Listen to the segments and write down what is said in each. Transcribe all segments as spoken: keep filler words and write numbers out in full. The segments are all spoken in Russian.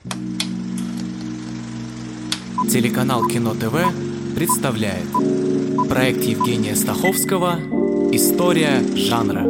Телеканал Кино ТВ представляет проект Евгения Стаховского «История жанра».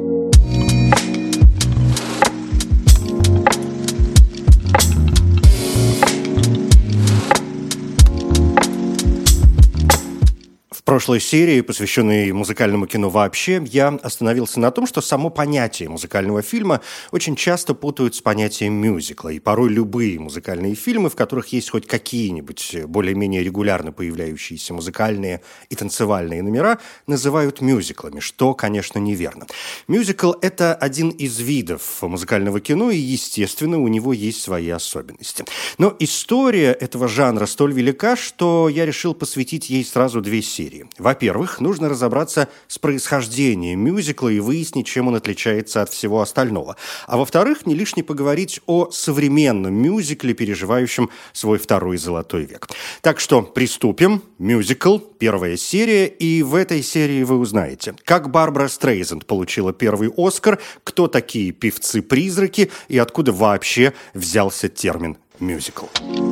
В прошлой серии, посвященной музыкальному кино вообще, я остановился на том, что само понятие музыкального фильма очень часто путают с понятием мюзикла. И порой любые музыкальные фильмы, в которых есть хоть какие-нибудь более-менее регулярно появляющиеся музыкальные и танцевальные номера, называют мюзиклами, что, конечно, неверно. Мюзикл – это один из видов музыкального кино, и, естественно, у него есть свои особенности. Но история этого жанра столь велика, что я решил посвятить ей сразу две серии. Во-первых, нужно разобраться с происхождением мюзикла и выяснить, чем он отличается от всего остального. А во-вторых, не лишне поговорить о современном мюзикле, переживающем свой второй золотой век. Так что приступим. Мюзикл, первая серия, и в этой серии вы узнаете, как Барбара Стрейзанд получила первый «Оскар», кто такие певцы-призраки и откуда вообще взялся термин «мюзикл».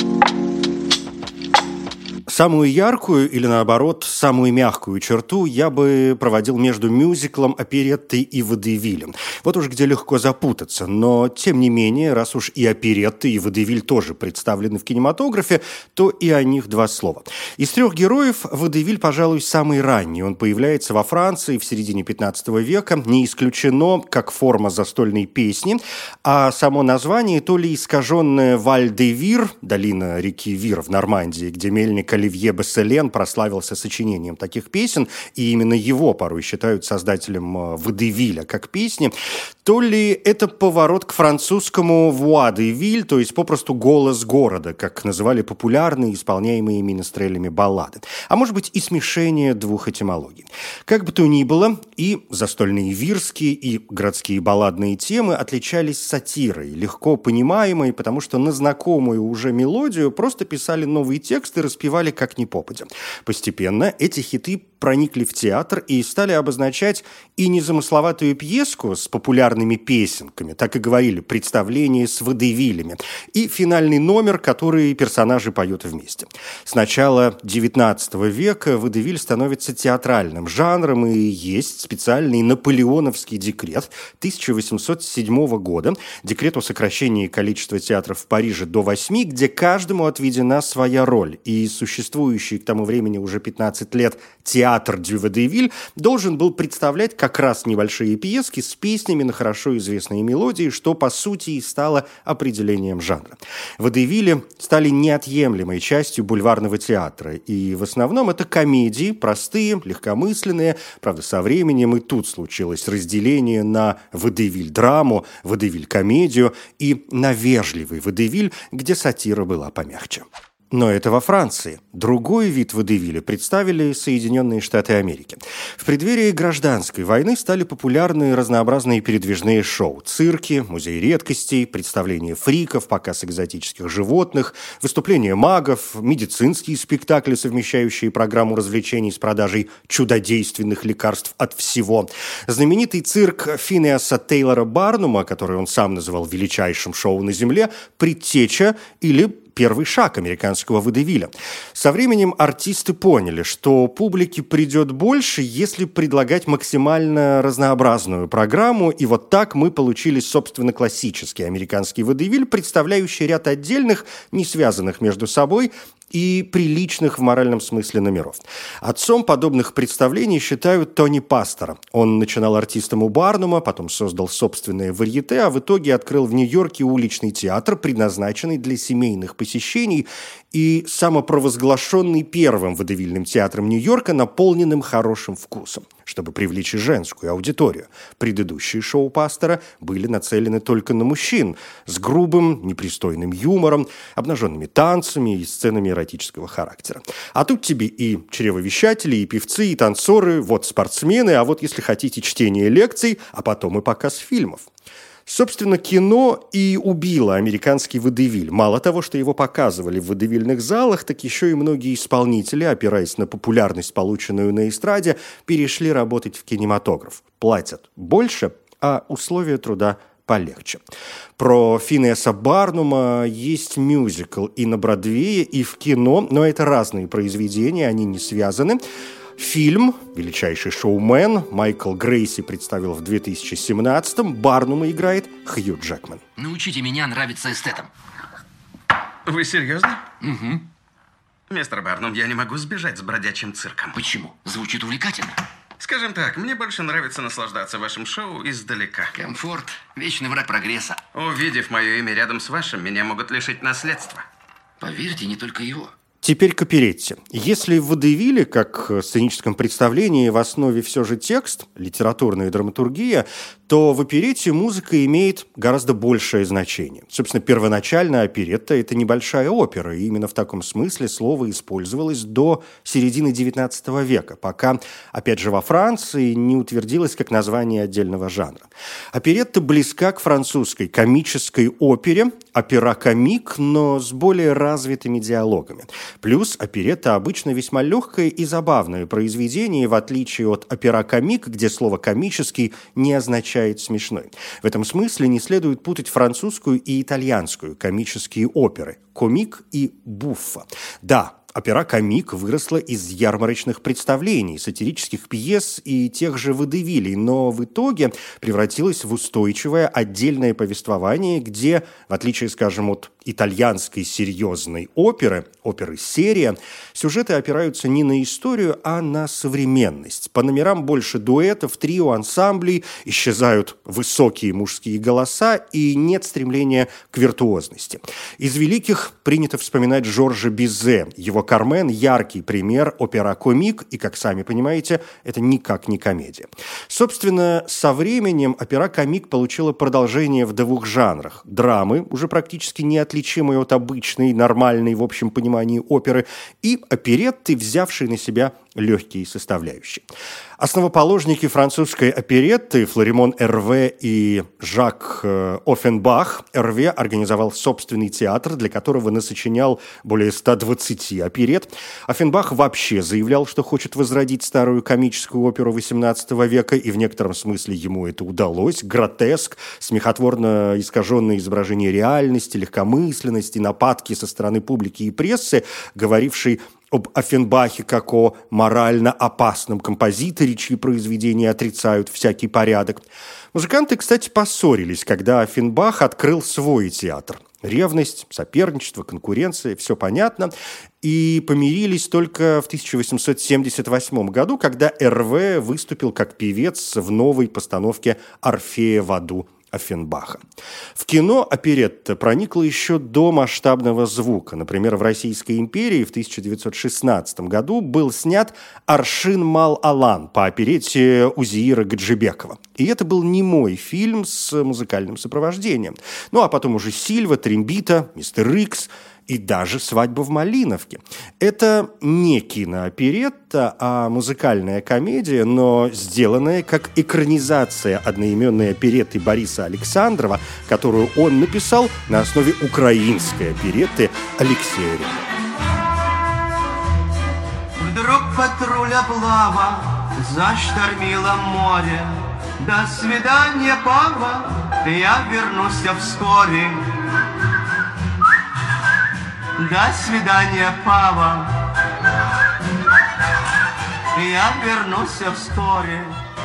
Самую яркую или, наоборот, самую мягкую черту я бы проводил между мюзиклом, опереттой и водевилем. Вот уж где легко запутаться, но, тем не менее, раз уж и оперетта, и водевиль тоже представлены в кинематографе, то и о них два слова. Из трех героев водевиль, пожалуй, самый ранний. Он появляется во Франции в середине пятнадцатого века, не исключено как форма застольной песни, а само название то ли искаженное «Валь-де-Вир», долина реки Вир в Нормандии, где мельник Оливье Бесселен прославился сочинением таких песен, и именно его порой считают создателем водевиля как песни, то ли это поворот к французскому «voix de ville», то есть попросту «голос города», как называли популярные, исполняемые минестрелями баллады. А может быть и смешение двух этимологий. Как бы то ни было, и застольные вирские, и городские балладные темы отличались сатирой, легко понимаемой, потому что на знакомую уже мелодию просто писали новые тексты и распевали как ни попадя. Постепенно эти хиты проникли в театр и стали обозначать и незамысловатую пьеску с популярными песенками, так и говорили, представление с водевилями, и финальный номер, который персонажи поют вместе. С начала девятнадцатого века водевиль становится театральным жанром, и есть специальный наполеоновский декрет тысяча восемьсот седьмого года, декрет о сокращении количества театров в Париже до восьми, где каждому отведена своя роль, и существующий к тому времени уже пятнадцать лет театр дю водевиль должен был представлять как раз небольшие пьески с песнями на хорошо известные мелодии, что по сути и стало определением жанра. Водевили стали неотъемлемой частью бульварного театра, и в основном это комедии, простые, легкомысленные, правда, со временем и тут случилось разделение на водевиль-драму, водевиль-комедию и на вежливый водевиль, где сатира была помягче. Но это во Франции. Другой вид водевиля представили Соединенные Штаты Америки. В преддверии гражданской войны стали популярны разнообразные передвижные шоу. Цирки, музей редкостей, представления фриков, показ экзотических животных, выступления магов, медицинские спектакли, совмещающие программу развлечений с продажей чудодейственных лекарств от всего. Знаменитый цирк Финеаса Тейлора Барнума, который он сам называл величайшим шоу на Земле, предтеча или первый шаг американского водевиля. Со временем артисты поняли, что публике придет больше, если предлагать максимально разнообразную программу, и вот так мы получили, собственно, классический американский водевиль, представляющий ряд отдельных, не связанных между собой и приличных в моральном смысле номеров. Отцом подобных представлений считают Тони Пастора. Он начинал артистом у Барнума, потом создал собственное варьете, а в итоге открыл в Нью-Йорке уличный театр, предназначенный для семейных посещений и самопровозглашенный первым водевильным театром Нью-Йорка, наполненным хорошим вкусом, чтобы привлечь и женскую аудиторию. Предыдущие шоу Пастора были нацелены только на мужчин, с грубым, непристойным юмором, обнаженными танцами и сценами эротического характера. А тут тебе и чревовещатели, и певцы, и танцоры, вот спортсмены, а вот, если хотите, чтение лекций, а потом и показ фильмов. Собственно, кино и убило американский водевиль. Мало того, что его показывали в водевильных залах, так еще и многие исполнители, опираясь на популярность, полученную на эстраде, перешли работать в кинематограф. Платят больше, а условия труда полегче. Про Финеаса Барнума есть мюзикл и на Бродвее, и в кино, но это разные произведения, они не связаны. Фильм «Величайший шоумен» Майкл Грейси представил в две тысячи семнадцатом. Барнума играет Хью Джекман. Научите меня нравиться эстетам. Вы серьезно? Угу. Мистер Барнум, я не могу сбежать с бродячим цирком. Почему? Звучит увлекательно. Скажем так, мне больше нравится наслаждаться вашим шоу издалека. Комфорт – вечный враг прогресса. Увидев мое имя рядом с вашим, меня могут лишить наследства. Поверьте, не только его. Теперь к оперетте. Если в водевиле, как в сценическом представлении, в основе все же текст, литературная драматургия, то в оперетте музыка имеет гораздо большее значение. Собственно, первоначально оперетта – это небольшая опера, и именно в таком смысле слово использовалось до середины девятнадцатого века, пока, опять же, во Франции не утвердилось как название отдельного жанра. Оперетта близка к французской комической опере, опера-комик, но с более развитыми диалогами. Плюс оперетта обычно весьма легкое и забавное произведение, в отличие от опера-комик, где слово «комический» не означает «смешной». В этом смысле не следует путать французскую и итальянскую комические оперы – комик и буффа. Да, опера-комик выросла из ярмарочных представлений, сатирических пьес и тех же водевилей, но в итоге превратилась в устойчивое отдельное повествование, где, в отличие, скажем, от итальянской серьезной оперы, оперы-серия, сюжеты опираются не на историю, а на современность. По номерам больше дуэтов, трио, ансамблей, исчезают высокие мужские голоса и нет стремления к виртуозности. Из великих принято вспоминать Жоржа Бизе. Его «Кармен» – яркий пример опера-комик, и, как сами понимаете, это никак не комедия. Собственно, со временем опера-комик получила продолжение в двух жанрах – драмы, уже практически неотличимые от обычной, нормальной, в общем понимании, оперы, и оперетты, взявшие на себя легкие составляющие. Основоположники французской оперетты Флоримон Эрве и Жак Оффенбах. Эрве организовал собственный театр, для которого насочинял более ста двадцати оперет. Оффенбах вообще заявлял, что хочет возродить старую комическую оперу восемнадцатого века, и в некотором смысле ему это удалось. Гротеск, смехотворно искаженное изображение реальности, легкомысленности, нападки со стороны публики и прессы, говорившей об Оффенбахе как о морально опасном композиторе, чьи произведения отрицают всякий порядок. Музыканты, кстати, поссорились, когда Оффенбах открыл свой театр. Ревность, соперничество, конкуренция – все понятно. И помирились только в тысяча восемьсот семьдесят восьмом году, когда Эрве выступил как певец в новой постановке «Орфея в аду» Оффенбаха. В кино оперетта проникла еще до масштабного звука. Например, в Российской империи в тысяча девятьсот шестнадцатом году был снят «Аршин Мал-Алан» по оперетте Узеира Гаджибекова. И это был немой фильм с музыкальным сопровождением. Ну а потом уже «Сильва», «Трембита», «Мистер Икс» и даже «Свадьба в Малиновке». Это не кинооперетта, а музыкальная комедия, но сделанная как экранизация одноименной оперетты Бориса Александрова, которую он написал на основе украинской оперетты Алексея Ревва. Вдруг патруль облава заштормило море. До свидания, папа, я вернусь вскоре. До свидания, папа, я вернусь вскоре.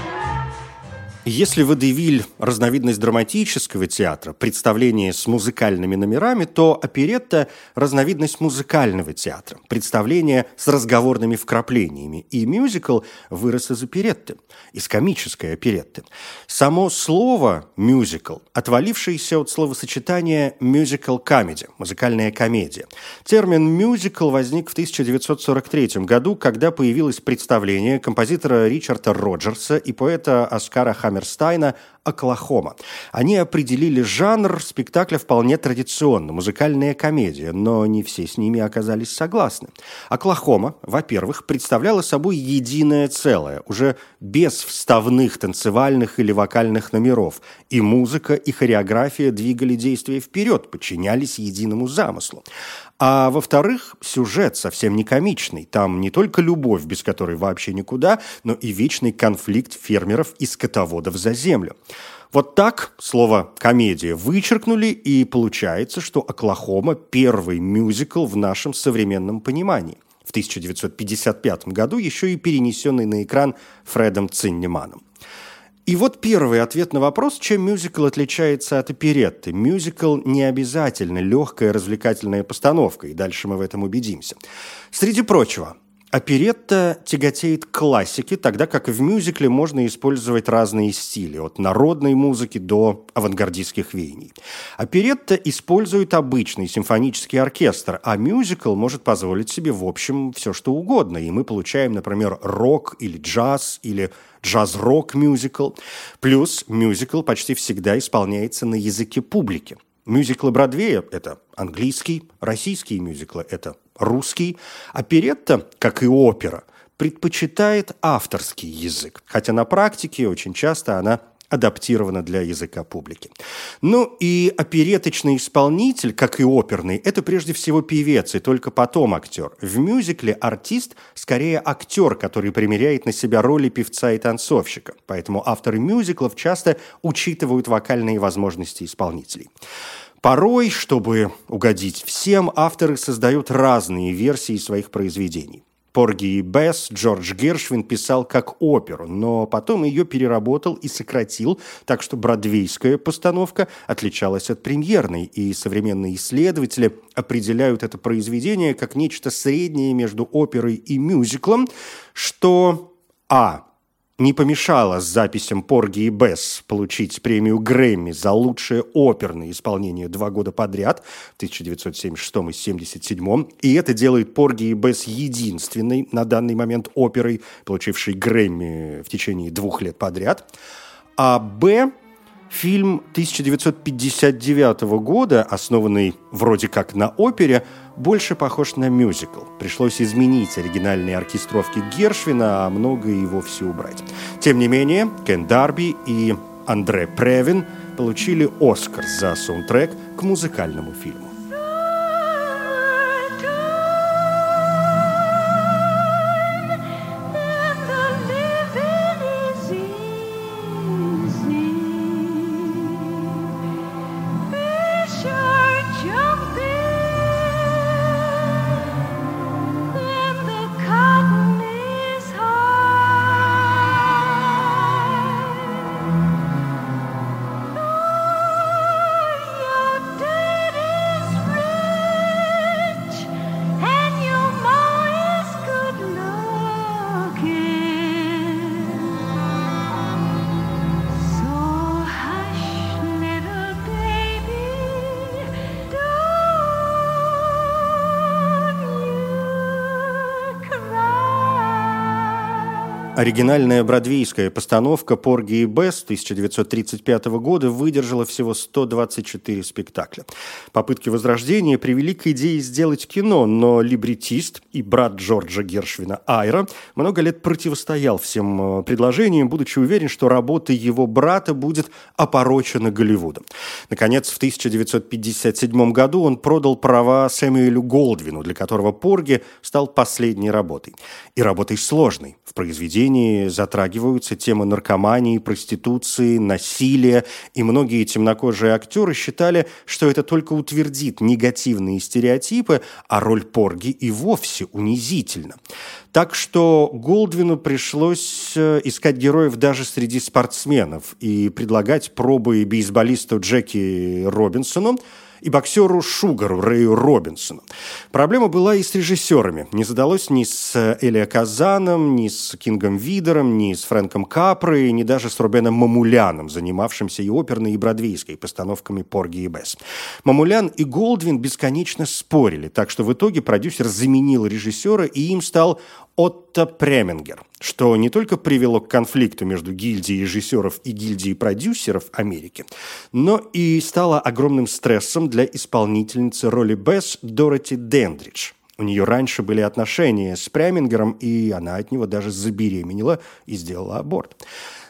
Если водевиль – разновидность драматического театра, представление с музыкальными номерами, то оперетта – разновидность музыкального театра, представление с разговорными вкраплениями. И мюзикл вырос из оперетты, из комической оперетты. Само слово «мюзикл», отвалившееся от словосочетания «musical comedy» – музыкальная комедия. Термин «мюзикл» возник в тысяча девятьсот сорок третьем году, когда появилось представление композитора Ричарда Роджерса и поэта Оскара Хаммерстайна «Оклахома». Они определили жанр спектакля вполне традиционно – музыкальная комедия, но не все с ними оказались согласны. «Оклахома», во-первых, представляла собой единое целое, уже без вставных танцевальных или вокальных номеров, и музыка, и хореография двигали действие вперед, подчинялись единому замыслу. А во-вторых, сюжет совсем не комичный. Там не только любовь, без которой вообще никуда, но и вечный конфликт фермеров и скотоводов за землю. Вот так слово «комедия» вычеркнули, и получается, что «Оклахома» – первый мюзикл в нашем современном понимании. В тысяча девятьсот пятьдесят пятом году еще и перенесенный на экран Фредом Циннеманом. И вот первый ответ на вопрос, чем мюзикл отличается от оперетты. Мюзикл не обязательно легкая развлекательная постановка, и дальше мы в этом убедимся. Среди прочего, оперетта тяготеет к классике, тогда как в мюзикле можно использовать разные стили, от народной музыки до авангардистских веяний. Оперетта использует обычный симфонический оркестр, а мюзикл может позволить себе, в общем, все что угодно. И мы получаем, например, рок или джаз, или джаз-рок-мюзикл. Плюс мюзикл почти всегда исполняется на языке публики. Мюзиклы Бродвея – это английский, российские мюзиклы – это русский. Оперетта, как и опера, предпочитает авторский язык, хотя на практике очень часто она адаптирована для языка публики. Ну и опереточный исполнитель, как и оперный, это прежде всего певец и только потом актер. В мюзикле артист скорее актер, который примеряет на себя роли певца и танцовщика. Поэтому авторы мюзиклов часто учитывают вокальные возможности исполнителей. Порой, чтобы угодить всем, авторы создают разные версии своих произведений. «Порги и Бесс» Джордж Гершвин писал как оперу, но потом ее переработал и сократил, так что бродвейская постановка отличалась от премьерной, и современные исследователи определяют это произведение как нечто среднее между оперой и мюзиклом, что а. не помешало с записям «Порги и Бесс» получить премию Грэмми за лучшее оперное исполнение два года подряд, в тысяча девятьсот семьдесят шестом и семьдесят седьмом, и это делает «Порги и Бесс» единственной на данный момент оперой, получившей Грэмми в течение двух лет подряд. А б. Фильм тысяча девятьсот пятьдесят девятого года, основанный вроде как на опере, больше похож на мюзикл. Пришлось изменить оригинальные оркестровки Гершвина, а многое и вовсе убрать. Тем не менее, Кен Дарби и Андре Превин получили «Оскар» за саундтрек к музыкальному фильму. Оригинальная бродвейская постановка «Порги и Бесс» тысяча девятьсот тридцать пятого года выдержала всего сто двадцать четыре спектакля. Попытки Возрождения привели к идее сделать кино, но либретист и брат Джорджа Гершвина Айра много лет противостоял всем предложениям, будучи уверен, что работа его брата будет опорочена Голливудом. Наконец, в тысяча девятьсот пятьдесят седьмом году он продал права Сэмюэлю Голдвину, для которого «Порги» стал последней работой. И работой сложной. В произведении затрагиваются темы наркомании, проституции, насилия, и многие темнокожие актеры считали, что это только утвердит негативные стереотипы, а роль Порги и вовсе унизительна. Так что Голдвину пришлось искать героев даже среди спортсменов и предлагать пробы бейсболисту Джеки Робинсону и боксеру Шугару Рэю Робинсону. Проблема была и с режиссерами. Не задалось ни с Элио Казаном, ни с Кингом Видером, ни с Фрэнком Капрой, ни даже с Рубеном Мамуляном, занимавшимся и оперной, и бродвейской постановками «Порги и Бесс». Мамулян и Голдвин бесконечно спорили, так что в итоге продюсер заменил режиссера, и им стал Отто Премингер, что не только привело к конфликту между гильдией режиссеров и гильдией продюсеров Америки, но и стало огромным стрессом для исполнительницы роли Бесс Дороти Дендридж. У нее раньше были отношения с Премингером, и она от него даже забеременела и сделала аборт.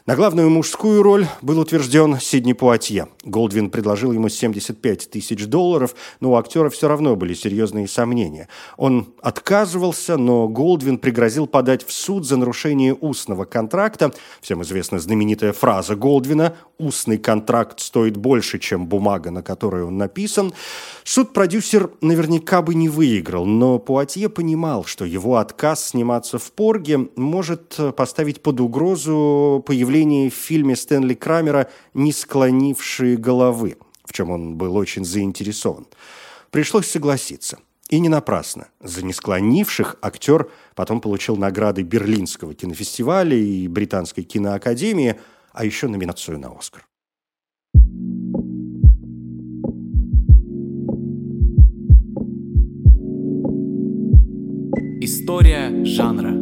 На главную мужскую роль был утвержден Сидни Пуатье. Голдвин предложил ему семьдесят пять тысяч долларов, но у актера все равно были серьезные сомнения. Он отказывался, но Голдвин пригрозил подать в суд за нарушение устного контракта. Всем известна знаменитая фраза Голдвина «Устный контракт стоит больше, чем бумага, на которой он написан». Суд продюсер наверняка бы не выиграл, но Пуатье понимал, что его отказ сниматься в «Порге» может поставить под угрозу появление в фильме Стэнли Крамера «Не склонившие головы», в чем он был очень заинтересован. Пришлось согласиться. И не напрасно. За «Не склонивших» актер потом получил награды Берлинского кинофестиваля и Британской киноакадемии, а еще номинацию на «Оскар». История жанра.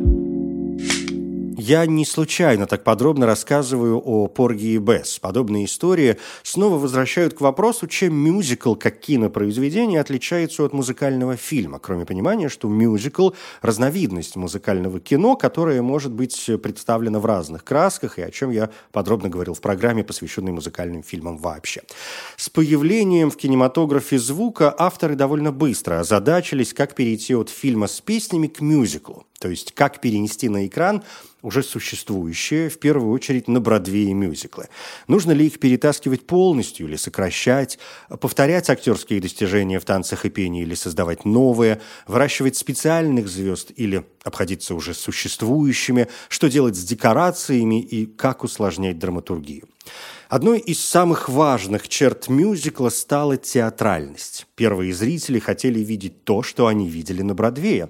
Я не случайно так подробно рассказываю о Порги и Бесс. Подобные истории снова возвращают к вопросу, чем мюзикл как кинопроизведение отличается от музыкального фильма, кроме понимания, что мюзикл – разновидность музыкального кино, которое может быть представлено в разных красках, и о чем я подробно говорил в программе, посвященной музыкальным фильмам вообще. С появлением в кинематографе звука авторы довольно быстро озадачились, как перейти от фильма с песнями к мюзиклу, то есть как перенести на экран уже существующие, в первую очередь на Бродвее, мюзиклы. Нужно ли их перетаскивать полностью или сокращать, повторять актерские достижения в танцах и пении или создавать новые, выращивать специальных звезд или обходиться уже существующими, что делать с декорациями и как усложнять драматургию. Одной из самых важных черт мюзикла стала театральность. Первые зрители хотели видеть то, что они видели на Бродвее.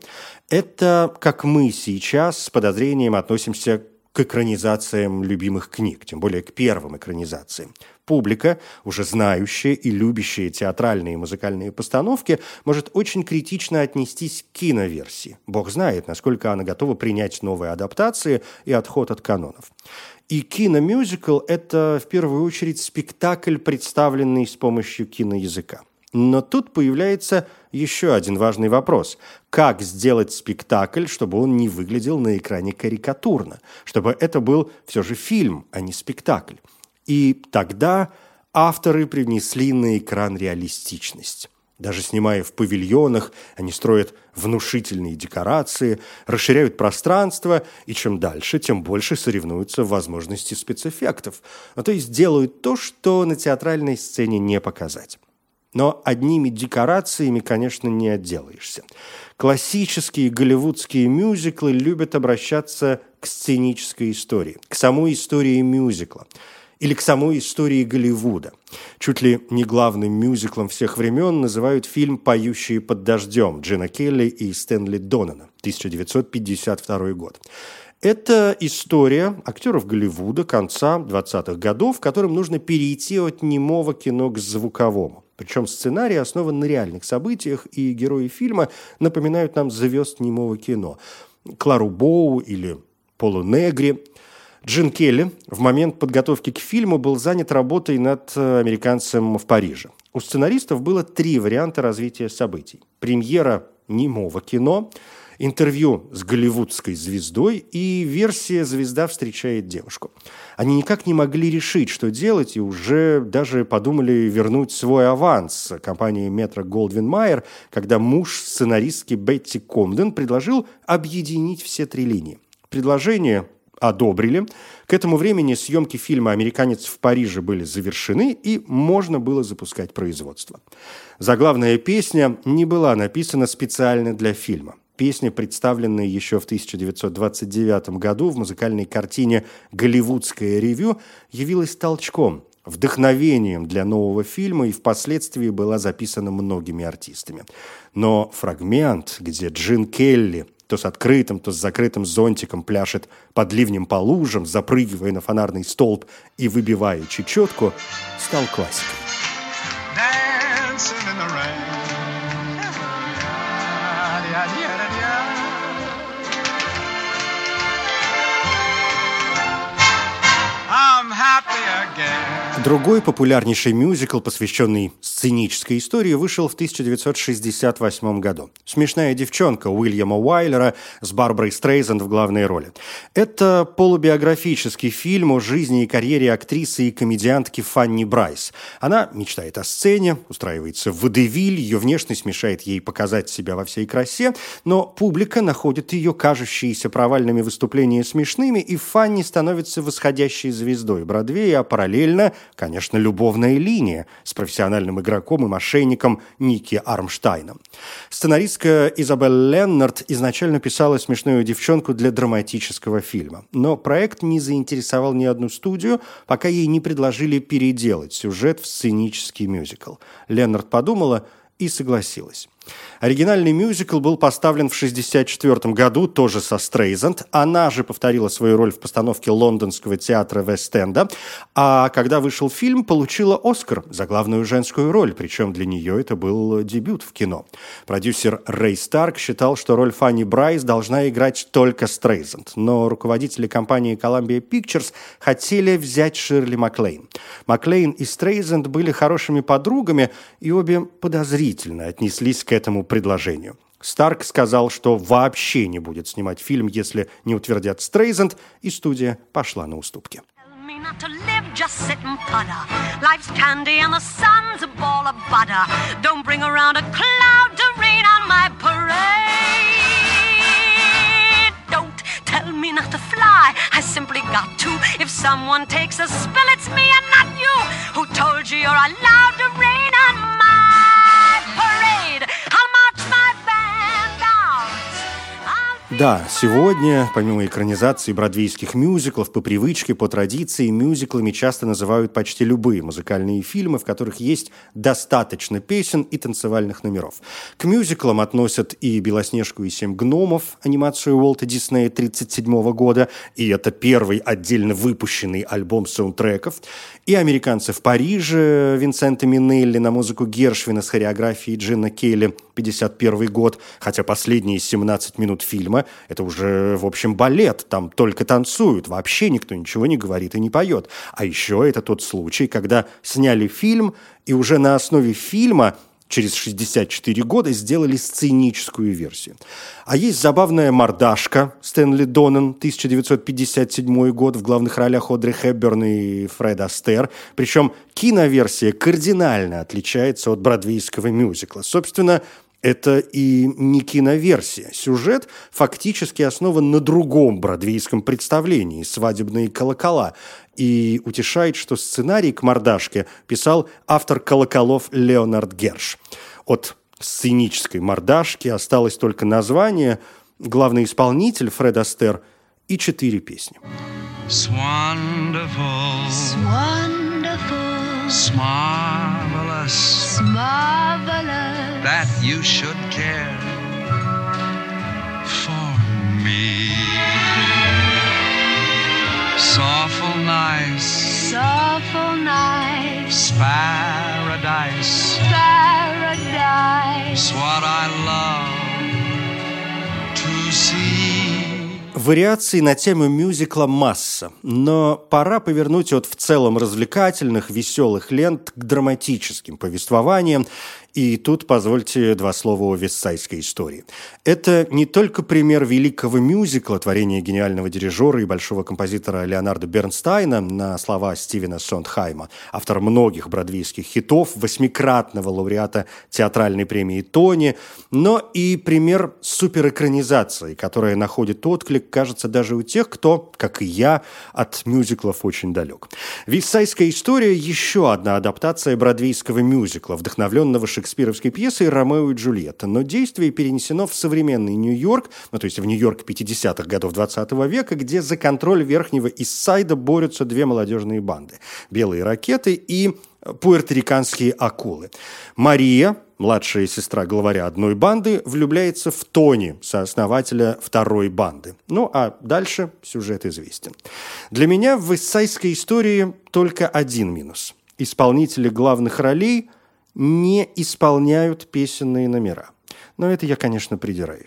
Это, как мы сейчас с подозрением относимся к экранизациям любимых книг, тем более к первым экранизациям. Публика, уже знающая и любящая театральные и музыкальные постановки, может очень критично отнестись к киноверсии. Бог знает, насколько она готова принять новые адаптации и отход от канонов. И киномюзикл – это, в первую очередь, спектакль, представленный с помощью киноязыка. Но тут появляется еще один важный вопрос. Как сделать спектакль, чтобы он не выглядел на экране карикатурно? Чтобы это был все же фильм, а не спектакль. И тогда авторы привнесли на экран реалистичность. Даже снимая в павильонах, они строят внушительные декорации, расширяют пространство, и чем дальше, тем больше соревнуются в возможности спецэффектов. Ну, то есть делают то, что на театральной сцене не показать. Но одними декорациями, конечно, не отделаешься. Классические голливудские мюзиклы любят обращаться к сценической истории, к самой истории мюзикла. Или к самой истории Голливуда. Чуть ли не главным мюзиклом всех времен называют фильм «Поющие под дождем» Джина Келли и Стэнли Донана, тысяча девятьсот пятьдесят второй год. Это история актеров Голливуда конца двадцатых годов, которым нужно перейти от немого кино к звуковому. Причем сценарий основан на реальных событиях, и герои фильма напоминают нам звезд немого кино. Клару Боу или Полу Негри. Джин Келли в момент подготовки к фильму был занят работой над «Американцем в Париже». У сценаристов было три варианта развития событий. Премьера немого кино, интервью с голливудской звездой и версия «Звезда встречает девушку». Они никак не могли решить, что делать, и уже даже подумали вернуть свой аванс компании Метро-Голдвин-Майер, когда муж сценаристки Бетти Комден предложил объединить все три линии. Предложение одобрили. К этому времени съемки фильма «Американец в Париже» были завершены, и можно было запускать производство. Заглавная песня не была написана специально для фильма. Песня, представленная еще в тысяча девятьсот двадцать девятом году в музыкальной картине «Голливудское ревью», явилась толчком, вдохновением для нового фильма и впоследствии была записана многими артистами. Но фрагмент, где Джин Келли то с открытым, то с закрытым зонтиком пляшет под ливнем по лужам, запрыгивая на фонарный столб и выбивая чечетку, стал классикой. Другой популярнейший мюзикл, посвященный сценической истории, вышел в тысяча девятьсот шестьдесят восьмом году. «Смешная девчонка» Уильяма Уайлера с Барбарой Стрейзанд в главной роли. Это полубиографический фильм о жизни и карьере актрисы и комедиантки Фанни Брайс. Она мечтает о сцене, устраивается в водевиль, ее внешность мешает ей показать себя во всей красе, но публика находит ее кажущиеся провальными выступления смешными, и Фанни становится восходящей звездой Бродвея, а параллельно, конечно, любовная линия с профессиональным игроком и мошенником Ники Армштайном. Сценаристка Изабель Леннард изначально писала «Смешную девчонку» для драматического фильма, но проект не заинтересовал ни одну студию, пока ей не предложили переделать сюжет в сценический мюзикл. Леннард подумала и согласилась. Оригинальный мюзикл был поставлен в шестьдесят четвёртом году, тоже со Стрейзанд. Она же повторила свою роль в постановке лондонского театра Вест-Энда. А когда вышел фильм, получила «Оскар» за главную женскую роль, причем для нее это был дебют в кино. Продюсер Рэй Старк считал, что роль Фанни Брайс должна играть только Стрейзанд, но руководители компании Columbia Pictures хотели взять Ширли Маклейн. Маклейн и Стрейзанд были хорошими подругами, и обе подозрительно отнеслись к этому предложению. Старк сказал, что вообще не будет снимать фильм, если не утвердят Стрейзанд, и студия пошла на уступки. Tell me not to fly, I simply got to. If someone takes a spill, it's me and not you. Who told you you're allowed to rain on my parade? I'll march my band out. Да, сегодня, помимо экранизации бродвейских мюзиклов, по привычке, по традиции, мюзиклами часто называют почти любые музыкальные фильмы, в которых есть достаточно песен и танцевальных номеров. К мюзиклам относят и «Белоснежку и семь гномов», анимацию Уолта Диснея тридцать седьмого года, и это первый отдельно выпущенный альбом саундтреков, и «Американцы в Париже» Винсента Минелли на музыку Гершвина с хореографией Джина Келли, пятьдесят первый год, хотя последние семнадцать минут фильма – это уже, в общем, балет, там только танцуют, вообще никто ничего не говорит и не поет. А еще это тот случай, когда сняли фильм, и уже на основе фильма через шестьдесят четыре года сделали сценическую версию. А есть забавная «Мордашка» Стэнли Донан, тысяча девятьсот пятьдесят седьмой год, в главных ролях Одри Хепберн и Фред Астейр. Причем киноверсия кардинально отличается от бродвейского мюзикла. Собственно, это и не киноверсия. Сюжет фактически основан на другом бродвейском представлении «Свадебные колокола». И утешает, что сценарий к «Мордашке» писал автор «Колоколов» Леонард Герш. От сценической «Мордашки» осталось только название, главный исполнитель Фред Астейр и четыре песни. That you should care for me. Soulful nice, Soulful nice, paradise, paradise. what I love to see. Вариаций на тему мюзикла масса, но пора повернуть от в целом развлекательных, веселых лент к драматическим повествованиям. И тут позвольте два слова о «Вестсайдской истории». Это не только пример великого мюзикла, творения гениального дирижера и большого композитора Леонарда Бернстайна на слова Стивена Сондхайма, автор многих бродвейских хитов, восьмикратного лауреата театральной премии Тони, но и пример суперэкранизации, которая находит отклик, кажется, даже у тех, кто, как и я, от мюзиклов очень далек. «Вестсайдская история» – еще одна адаптация бродвейского мюзикла, вдохновленного шекспировской пьесой «Ромео и Джульетта», но действие перенесено в современный Нью-Йорк, ну то есть в Нью-Йорк пятидесятых годов двадцатого века, где за контроль Верхнего Ист-Сайда борются две молодежные банды – «Белые ракеты» и пуэрториканские акулы. Мария, младшая сестра главаря одной банды, влюбляется в Тони, сооснователя второй банды. Ну, а дальше сюжет известен. Для меня в «Вестсайдской истории» только один минус. Исполнители главных ролей не исполняют песенные номера. Но это я, конечно, придираюсь.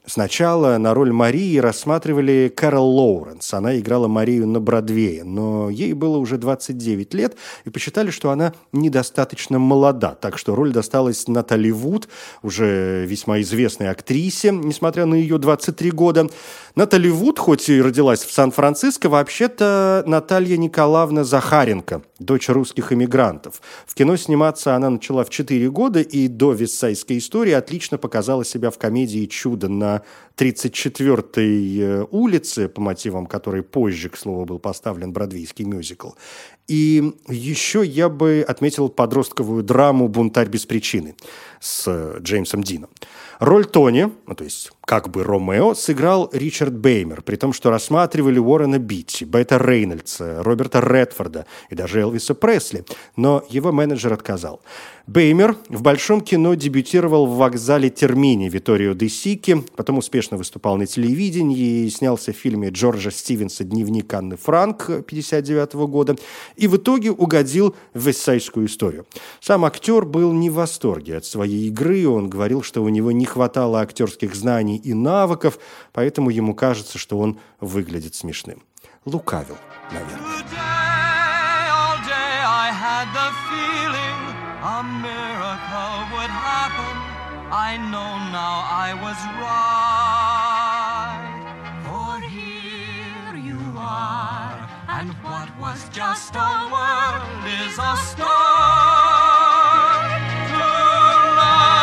Сначала на роль Марии рассматривали Кэрол Лоуренс. Она играла Марию на Бродвее, но ей было уже двадцать девять лет, и посчитали, что она недостаточно молода, так что роль досталась Натали Вуд, уже весьма известной актрисе, несмотря на ее двадцать три года. Натали Вуд, хоть и родилась в Сан-Франциско, вообще-то Наталья Николаевна Захаренко, дочь русских эмигрантов. В кино сниматься она начала в четыре года, и до «Вестсайдской истории» отлично показала себя в комедии «Чудо на тридцать четвёртой улице», по мотивам которой позже, к слову, был поставлен бродвейский мюзикл. И еще я бы отметил подростковую драму «Бунтарь без причины» с Джеймсом Дином. Роль Тони, ну, то есть как бы Ромео, сыграл Ричард Беймер, при том, что рассматривали Уоррена Битти, Бетта Рейнольдса, Роберта Редфорда и даже Элвиса Пресли, но его менеджер отказал. Беймер в большом кино дебютировал в «Вокзале Термини» Витторио де Сикки, потом успешно выступал на телевидении и снялся в фильме Джорджа Стивенса «Дневник Анны Франк» пятьдесят девятого года и в итоге угодил в «Вестсайдскую историю». Сам актер был не в восторге от своей игры, он говорил, что у него не хватало актерских знаний и навыков, поэтому ему кажется, что он выглядит смешным. Лукавил, наверное. A miracle would happen. I know now I was right. For here you are, and what was just a word is a start to life.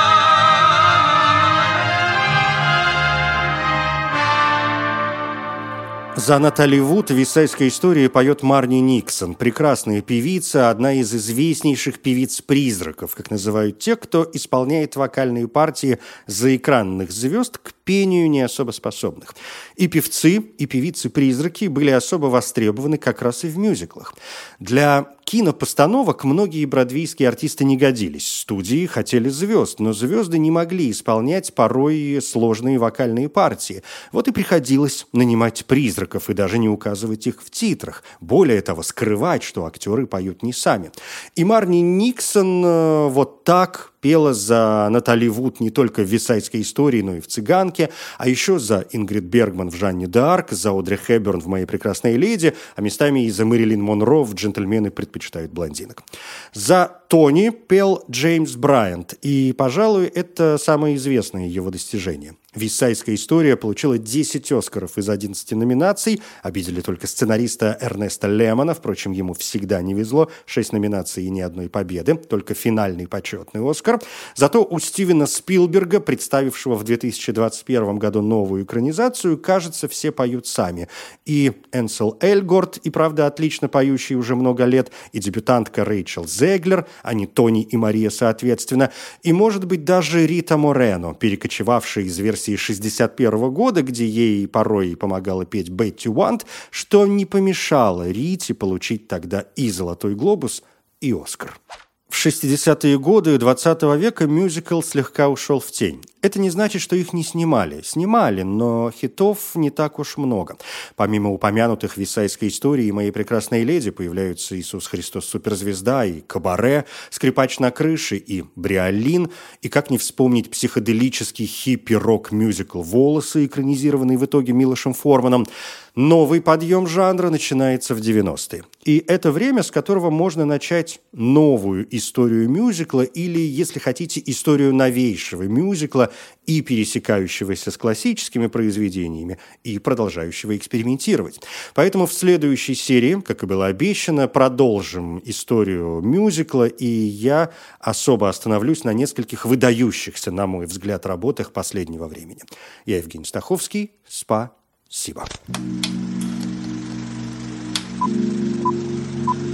За Натали Вуд в «Вестсайдской истории» поет Марни Никсон, прекрасная певица, одна из известнейших певиц-призраков, как называют те, кто исполняет вокальные партии заэкранных звезд, к пению не особо способных. И певцы, и певицы-призраки были особо востребованы как раз и в мюзиклах. Для кинопостановок многие бродвейские артисты не годились. Студии хотели звезд, но звезды не могли исполнять порой сложные вокальные партии. Вот и приходилось нанимать призраков и даже не указывать их в титрах. Более того, скрывать, что актеры поют не сами. И Марни Никсон э, вот так пела за Натали Вуд не только в «Вестсайдской истории», но и в «Цыганке», а еще за Ингрид Бергман в «Жанне д'Арк», за Одри Хепберн в «Моей прекрасной леди», а местами и за Мэрилин Монро в «Джентльмены предпочитают блондинок». За Тони пел Джеймс Брайант, и, пожалуй, это самое известное его достижение. «Вестсайдская история» получила десять «Оскаров» из одиннадцати номинаций, обидели только сценариста Эрнеста Лемона, впрочем, ему всегда не везло, шесть номинаций и ни одной победы, только финальный почетный «Оскар». Зато у Стивена Спилберга, представившего в две тысячи двадцать первом году новую экранизацию, кажется, все поют сами. И Энсел Эльгорт, и правда отлично поющий уже много лет, и дебютантка Рэйчел Зеглер, а не Тони и Мария соответственно, и, может быть, даже Рита Морено, перекочевавшая из версии шестьдесят первого года, где ей порой помогала петь Бетти Уант, что не помешало Рите получить тогда и «Золотой глобус», и «Оскар». В шестидесятые годы двадцатого века мюзикл слегка ушел в тень. Это не значит, что их не снимали. Снимали, но хитов не так уж много. Помимо упомянутых в «Вестсайдской истории» и «Моей прекрасной леди» появляются «Иисус Христос суперзвезда» и «Кабаре», «Скрипач на крыше» и «Бриолин». И как не вспомнить психоделический хиппи-рок-мюзикл «Волосы», экранизированный в итоге Милошем Форманом. Новый подъем жанра начинается в девяностые. И это время, с которого можно начать новую историю мюзикла или, если хотите, историю новейшего мюзикла и пересекающегося с классическими произведениями, и продолжающего экспериментировать. Поэтому в следующей серии, как и было обещано, продолжим историю мюзикла, и я особо остановлюсь на нескольких выдающихся, на мой взгляд, работах последнего времени. Я Евгений Стаховский. Спасибо.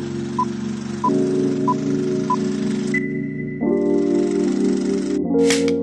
Thank you.